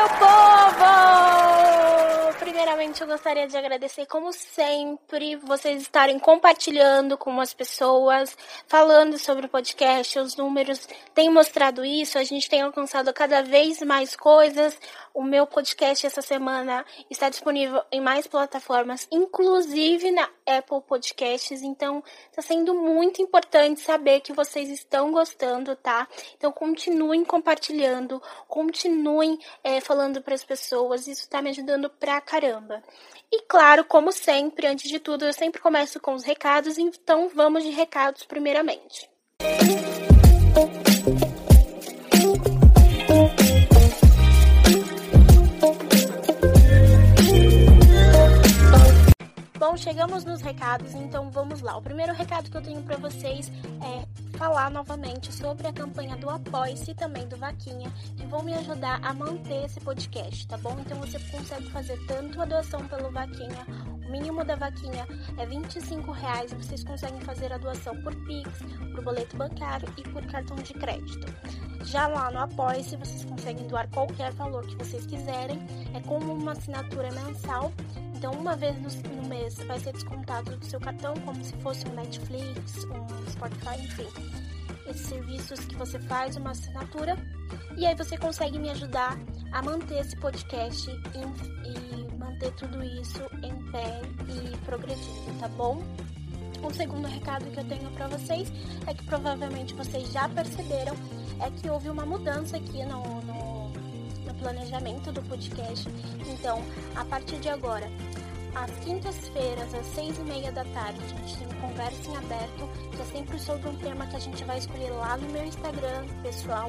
meu povo! Primeiramente, eu gostaria de agradecer, como sempre, vocês estarem compartilhando com as pessoas, falando sobre o podcast. Os números têm mostrado isso, a gente tem alcançado cada vez mais coisas. O meu podcast essa semana está disponível em mais plataformas, inclusive na Apple Podcasts. Então, está sendo muito importante saber que vocês estão gostando, tá? Então, continuem compartilhando, continuem falando para as pessoas. Isso está me ajudando pra caramba. E claro, como sempre, antes de tudo, eu sempre começo com os recados. Então, vamos de recados primeiramente. Bom, chegamos nos recados, então vamos lá. O primeiro recado que eu tenho para vocês é falar novamente sobre a campanha do Apoie-se e também do Vaquinha, que vão me ajudar a manter esse podcast, tá bom? Então você consegue fazer tanto a doação pelo Vaquinha, o mínimo da Vaquinha é R$25, vocês conseguem fazer a doação por Pix, por boleto bancário e por cartão de crédito. Já lá no Apoie-se, vocês conseguem doar qualquer valor que vocês quiserem, é como uma assinatura mensal. Então, uma vez no mês vai ser descontado do seu cartão, como se fosse um Netflix, um Spotify, enfim. Esses serviços que você faz, uma assinatura. E aí você consegue me ajudar a manter esse podcast e manter tudo isso em pé e progredindo, tá bom? O segundo recado que eu tenho para vocês é que provavelmente vocês já perceberam, é que houve uma mudança aqui no planejamento do podcast. Então, a partir de agora, às quintas-feiras, às 6:30 da tarde, a gente tem uma conversa em aberto, que é sempre sobre um tema que a gente vai escolher lá no meu Instagram, pessoal,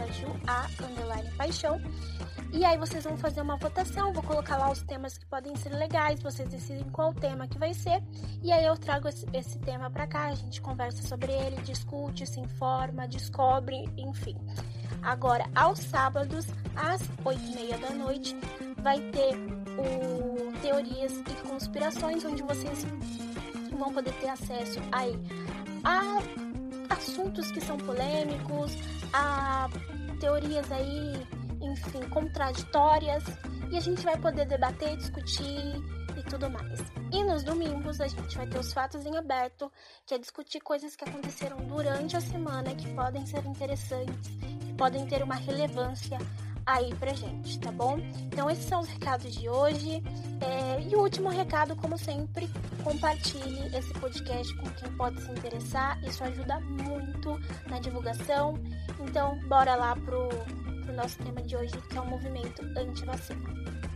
@Ju_paixão. E aí vocês vão fazer uma votação, vou colocar lá os temas que podem ser legais, vocês decidem qual tema que vai ser, e aí eu trago esse tema pra cá, a gente conversa sobre ele, discute, se informa, descobre, enfim. Agora, aos sábados, às 8:30 da noite, vai ter o Teorias e Conspirações, onde vocês vão poder ter acesso aí a assuntos que são polêmicos, a teorias aí, enfim, contraditórias, e a gente vai poder debater, discutir e tudo mais. E nos domingos a gente vai ter os Fatos em Aberto, que é discutir coisas que aconteceram durante a semana, que podem ser interessantes, que podem ter uma relevância aí pra gente, tá bom? Então esses são os recados de hoje. E o último recado, como sempre, compartilhe esse podcast com quem pode se interessar. Isso ajuda muito na divulgação. Então bora lá pro nosso tema de hoje, que é o movimento anti-vacina.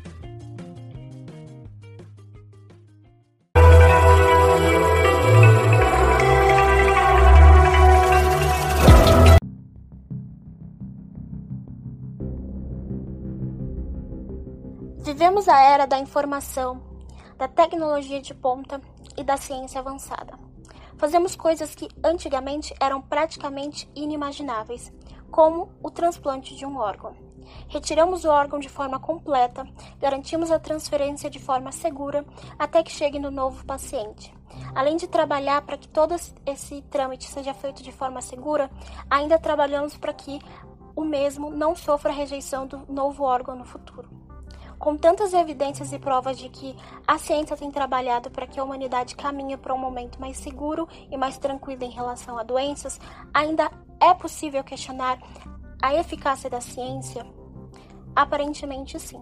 Vivemos a era da informação, da tecnologia de ponta e da ciência avançada. Fazemos coisas que antigamente eram praticamente inimagináveis, como o transplante de um órgão. Retiramos o órgão de forma completa, garantimos a transferência de forma segura até que chegue no novo paciente. Além de trabalhar para que todo esse trâmite seja feito de forma segura, ainda trabalhamos para que o mesmo não sofra rejeição do novo órgão no futuro. Com tantas evidências e provas de que a ciência tem trabalhado para que a humanidade caminhe para um momento mais seguro e mais tranquilo em relação a doenças, ainda é possível questionar a eficácia da ciência? Aparentemente, sim.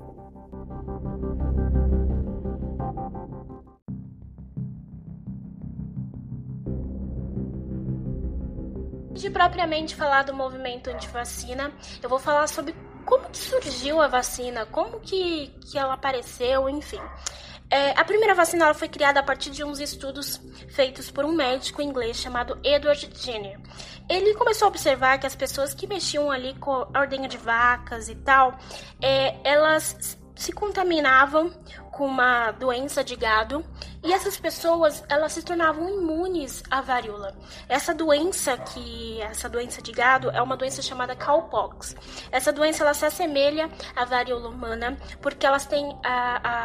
De propriamente falar do movimento antivacina, eu vou falar sobre como que surgiu a vacina, como que ela apareceu, enfim. A primeira vacina ela foi criada a partir de uns estudos feitos por um médico inglês chamado Edward Jenner. Ele começou a observar que as pessoas que mexiam ali com a ordenha de vacas e tal, elas se contaminavam com uma doença de gado e essas pessoas elas se tornavam imunes à varíola. Essa doença de gado é uma doença chamada cowpox. Essa doença ela se assemelha à varíola humana porque elas têm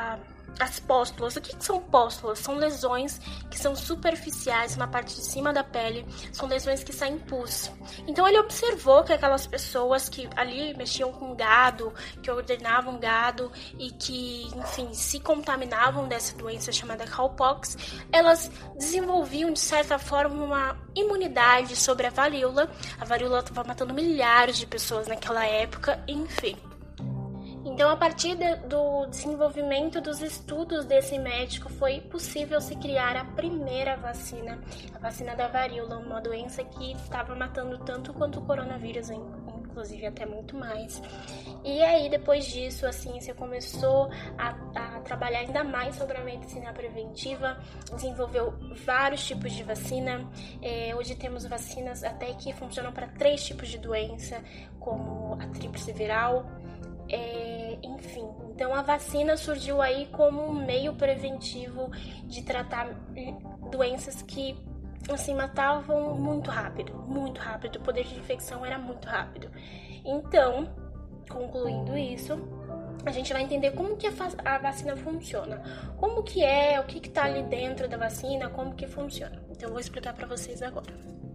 as pústulas. O que são pústulas? São lesões que são superficiais na parte de cima da pele, são lesões que saem pus. Então ele observou que aquelas pessoas que ali mexiam com gado, que ordenavam gado e que, enfim, se contaminavam dessa doença chamada cowpox, elas desenvolviam, de certa forma, uma imunidade sobre a varíola. A varíola estava matando milhares de pessoas naquela época, enfim. Então, a partir do desenvolvimento dos estudos desse médico, foi possível se criar a primeira vacina, a vacina da varíola, uma doença que estava matando tanto quanto o coronavírus, inclusive até muito mais. E aí, depois disso, a ciência começou a trabalhar ainda mais sobre a medicina preventiva, desenvolveu vários tipos de vacina. Hoje temos vacinas até que funcionam para 3 tipos de doença, como a tríplice viral. Enfim, então a vacina surgiu aí como um meio preventivo de tratar doenças que, assim, matavam muito rápido, o poder de infecção era muito rápido. Então, concluindo isso, a gente vai entender como que a vacina funciona, como que o que está ali dentro da vacina, como que funciona. Então eu vou explicar para vocês agora.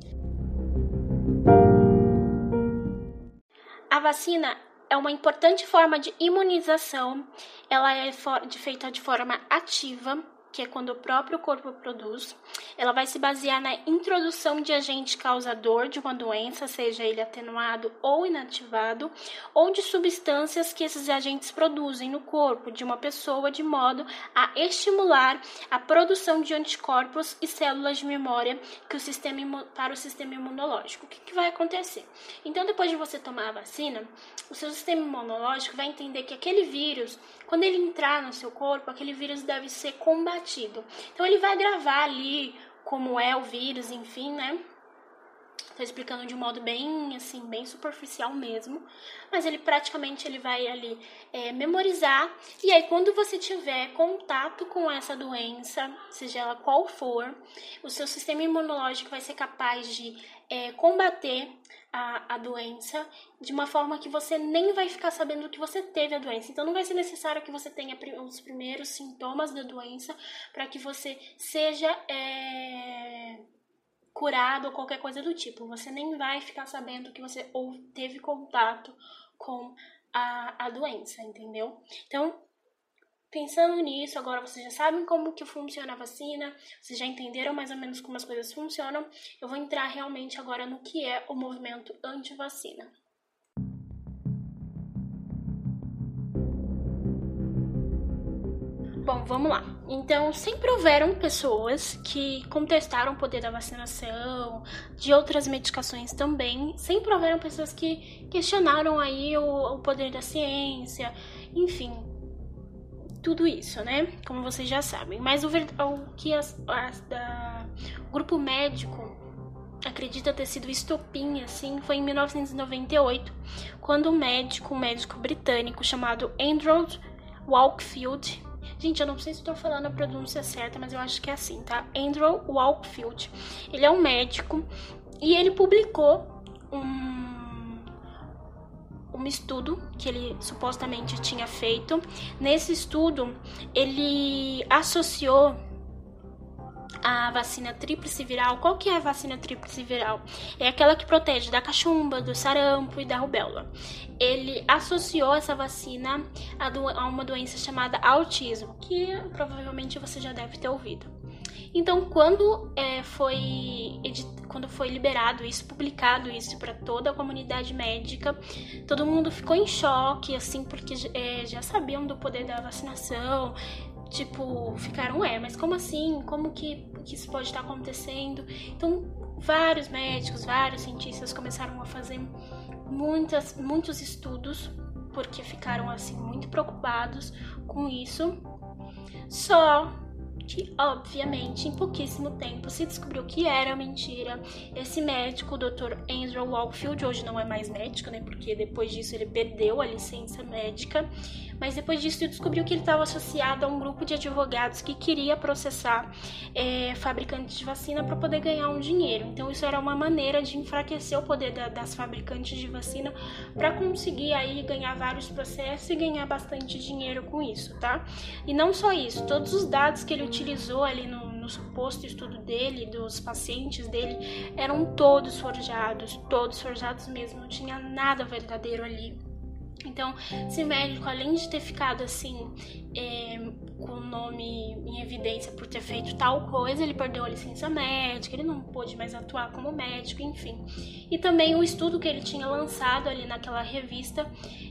A vacina é uma importante forma de imunização. Ela é feita de forma ativa, que é quando o próprio corpo produz. Ela vai se basear na introdução de agente causador de uma doença, seja ele atenuado ou inativado, ou de substâncias que esses agentes produzem no corpo de uma pessoa, de modo a estimular a produção de anticorpos e células de memória para o sistema imunológico. O que vai acontecer? Então, depois de você tomar a vacina, o seu sistema imunológico vai entender que aquele vírus, quando ele entrar no seu corpo, aquele vírus deve ser combatido. Então ele vai gravar ali como é o vírus, enfim, né? Tô explicando de um modo bem, assim, bem superficial mesmo. Mas ele vai ali memorizar. E aí, quando você tiver contato com essa doença, seja ela qual for, o seu sistema imunológico vai ser capaz de combater a doença de uma forma que você nem vai ficar sabendo que você teve a doença. Então, não vai ser necessário que você tenha os primeiros sintomas da doença para que você seja curado ou qualquer coisa do tipo. Você nem vai ficar sabendo que você teve contato com a doença, entendeu? Então, pensando nisso, agora vocês já sabem como que funciona a vacina, vocês já entenderam mais ou menos como as coisas funcionam. Eu vou entrar realmente agora no que é o movimento anti-vacina. Bom, vamos lá. Então, sempre houveram pessoas que contestaram o poder da vacinação, de outras medicações também. Sempre houveram pessoas que questionaram aí o poder da ciência, enfim, tudo isso, né? Como vocês já sabem. Mas o que o grupo médico acredita ter sido estopim, assim, foi em 1998, quando um médico britânico chamado Andrew Wakefield. Gente, eu não sei se estou falando a pronúncia certa, mas eu acho que é assim, tá? Andrew Wakefield. Ele é um médico e ele publicou um estudo que ele supostamente tinha feito. Nesse estudo, ele associou a vacina tríplice viral. Qual que é a vacina tríplice viral? É aquela que protege da cachumba, do sarampo e da rubéola. Ele associou essa vacina a uma doença chamada autismo, que provavelmente você já deve ter ouvido. Então, quando foi liberado isso, publicado isso para toda a comunidade médica, todo mundo ficou em choque, assim, porque já sabiam do poder da vacinação. Tipo, ficaram, mas como assim? Como que isso pode estar acontecendo? Então, vários médicos, vários cientistas começaram a fazer muitos estudos, porque ficaram, assim, muito preocupados com isso. Só que, obviamente, em pouquíssimo tempo se descobriu que era mentira. Esse médico, o Dr. Andrew Wakefield, hoje não é mais médico, né? Porque depois disso ele perdeu a licença médica. Mas depois disso descobriu que ele estava associado a um grupo de advogados que queria processar fabricantes de vacina para poder ganhar um dinheiro. Então isso era uma maneira de enfraquecer o poder das fabricantes de vacina para conseguir aí ganhar vários processos e ganhar bastante dinheiro com isso, tá? E não só isso, todos os dados que ele utilizou ali no suposto estudo dele, dos pacientes dele, eram todos forjados mesmo, não tinha nada verdadeiro ali. Então, esse médico, além de ter ficado assim, com o nome em evidência por ter feito tal coisa, ele perdeu a licença médica, ele não pôde mais atuar como médico, enfim. E também o estudo que ele tinha lançado ali naquela revista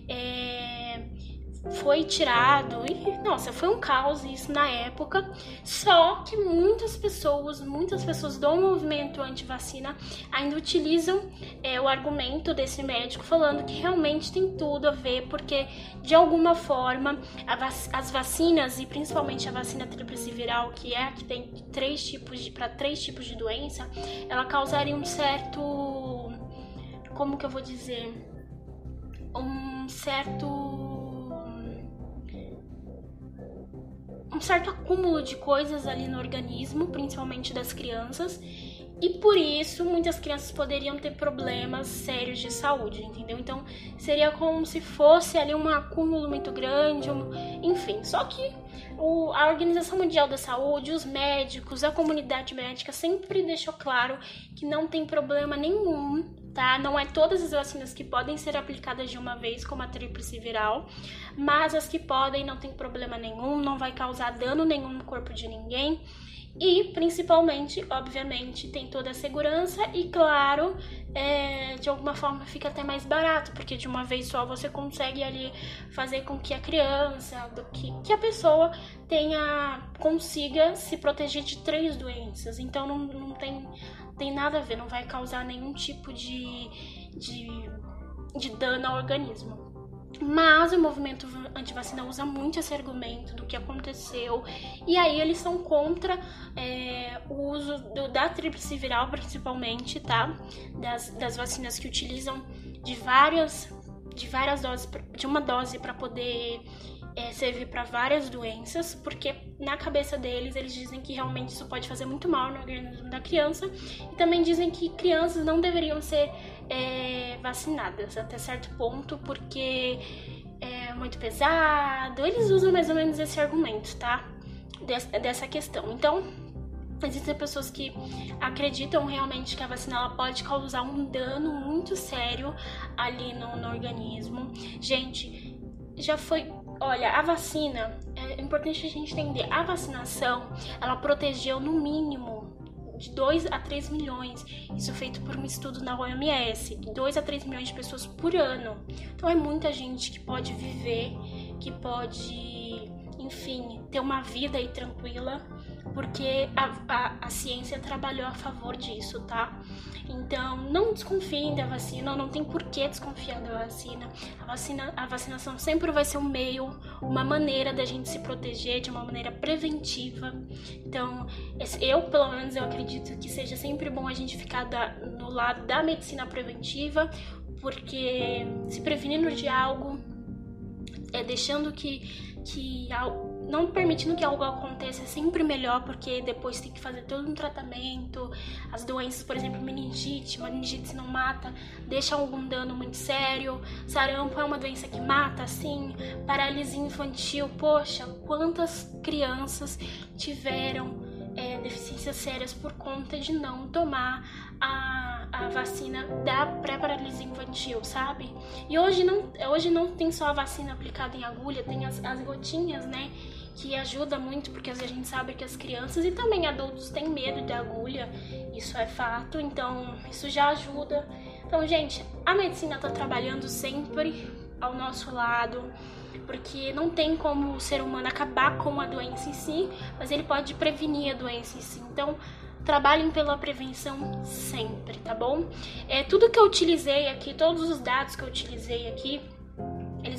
foi tirado e, nossa, foi um caos isso na época. Só que muitas pessoas do movimento anti-vacina ainda utilizam o argumento desse médico, falando que realmente tem tudo a ver, porque de alguma forma as vacinas, e principalmente a vacina tríplice viral, que é a que tem para três tipos de doença, ela causaria um certo, como que eu vou dizer, um certo acúmulo de coisas ali no organismo, principalmente das crianças, e por isso muitas crianças poderiam ter problemas sérios de saúde, entendeu? Então seria como se fosse ali um acúmulo muito grande, enfim. Só que a Organização Mundial da Saúde, os médicos, a comunidade médica sempre deixou claro que não tem problema nenhum, tá? Não é todas as vacinas que podem ser aplicadas de uma vez, como a tríplice viral, mas as que podem não tem problema nenhum, não vai causar dano nenhum no corpo de ninguém. E, principalmente, obviamente, tem toda a segurança e, claro, de alguma forma fica até mais barato, porque de uma vez só você consegue ali fazer com que a criança, que a pessoa consiga se proteger de 3 doenças. Então, não tem nada a ver, não vai causar nenhum tipo de dano ao organismo. Mas o movimento antivacina usa muito esse argumento do que aconteceu, e aí eles são contra o uso da tríplice viral, principalmente, tá? Das vacinas que utilizam de várias doses, de uma dose para poder servir para várias doenças, porque na cabeça deles, eles dizem que realmente isso pode fazer muito mal no organismo da criança, e também dizem que crianças não deveriam ser vacinadas até certo ponto, porque é muito pesado. Eles usam mais ou menos esse argumento, tá? Dessa questão. Então, existem pessoas que acreditam realmente que a vacina ela pode causar um dano muito sério ali no organismo. Gente, já foi... Olha, a vacina, é importante a gente entender, a vacinação, ela protegeu no mínimo de 2 a 3 milhões, isso feito por um estudo na OMS, 2 a 3 milhões de pessoas por ano. Então é muita gente que pode viver, que pode, enfim, ter uma vida aí tranquila, porque a ciência trabalhou a favor disso, tá? Então, não desconfiem da vacina, não tem por que desconfiar da vacina. A vacinação sempre vai ser um meio, uma maneira da gente se proteger de uma maneira preventiva. Então, pelo menos, eu acredito que seja sempre bom a gente ficar no lado da medicina preventiva, porque se prevenindo de algo, deixando não permitindo que algo aconteça é sempre melhor, porque depois tem que fazer todo um tratamento. As doenças, por exemplo, meningite não mata, deixa algum dano muito sério. Sarampo é uma doença que mata, assim. Paralisia infantil, poxa, quantas crianças tiveram deficiências sérias por conta de não tomar a vacina da pré-paralisia infantil, sabe? E hoje não tem só a vacina aplicada em agulha, tem as gotinhas, né? Que ajuda muito, porque a gente sabe que as crianças e também adultos têm medo de agulha, isso é fato, então isso já ajuda. Então, gente, a medicina tá trabalhando sempre ao nosso lado, porque não tem como o ser humano acabar com a doença em si, mas ele pode prevenir a doença em si. Então, trabalhem pela prevenção sempre, tá bom? Tudo que eu utilizei aqui, todos os dados que eu utilizei aqui, eles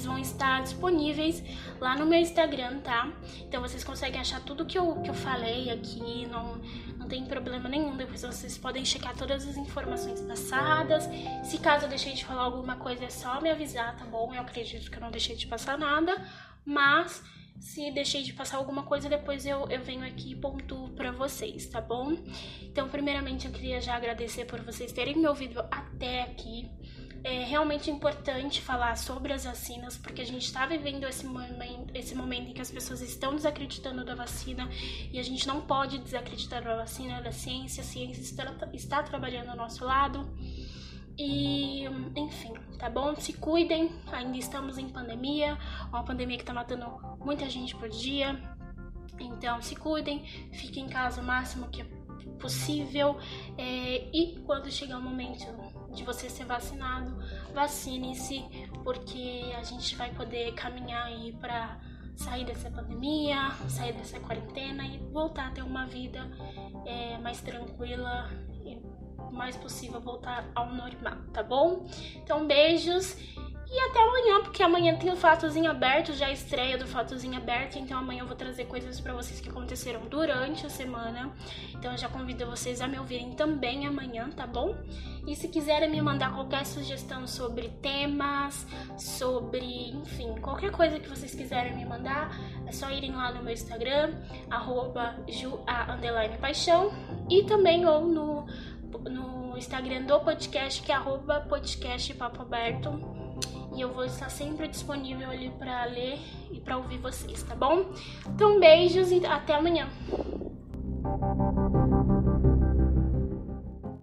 eles vão estar disponíveis lá no meu Instagram, tá? Então vocês conseguem achar tudo que eu falei aqui, não tem problema nenhum. Depois vocês podem checar todas as informações passadas. Se caso eu deixei de falar alguma coisa, é só me avisar, tá bom? Eu acredito que eu não deixei de passar nada, mas se deixei de passar alguma coisa, depois eu venho aqui e pontuo pra vocês, tá bom? Então, primeiramente, eu queria já agradecer por vocês terem me ouvido até aqui. É realmente importante falar sobre as vacinas, porque a gente tá vivendo esse momento em que as pessoas estão desacreditando da vacina, e a gente não pode desacreditar da vacina, da ciência. A ciência está trabalhando ao nosso lado. E, enfim, tá bom? Se cuidem, ainda estamos em pandemia, uma pandemia que tá matando muita gente por dia. Então, se cuidem, fiquem em casa o máximo que é possível. E quando chegar o momento de você ser vacinado, vacine-se, porque a gente vai poder caminhar aí pra sair dessa pandemia, sair dessa quarentena e voltar a ter uma vida mais tranquila e o mais possível voltar ao normal, tá bom? Então, beijos e até amanhã, porque amanhã tem o Fatozinho Aberto, já a estreia do Fatozinho Aberto, então amanhã eu vou trazer coisas pra vocês que aconteceram durante a semana. Então eu já convido vocês a me ouvirem também amanhã, tá bom? E se quiserem me mandar qualquer sugestão sobre temas, sobre, enfim, qualquer coisa que vocês quiserem me mandar, é só irem lá no meu Instagram, @jua_paixão, e também ou no Instagram do podcast, que é @podcastpapoaberto. E eu vou estar sempre disponível ali pra ler e pra ouvir vocês, tá bom? Então, beijos e até amanhã.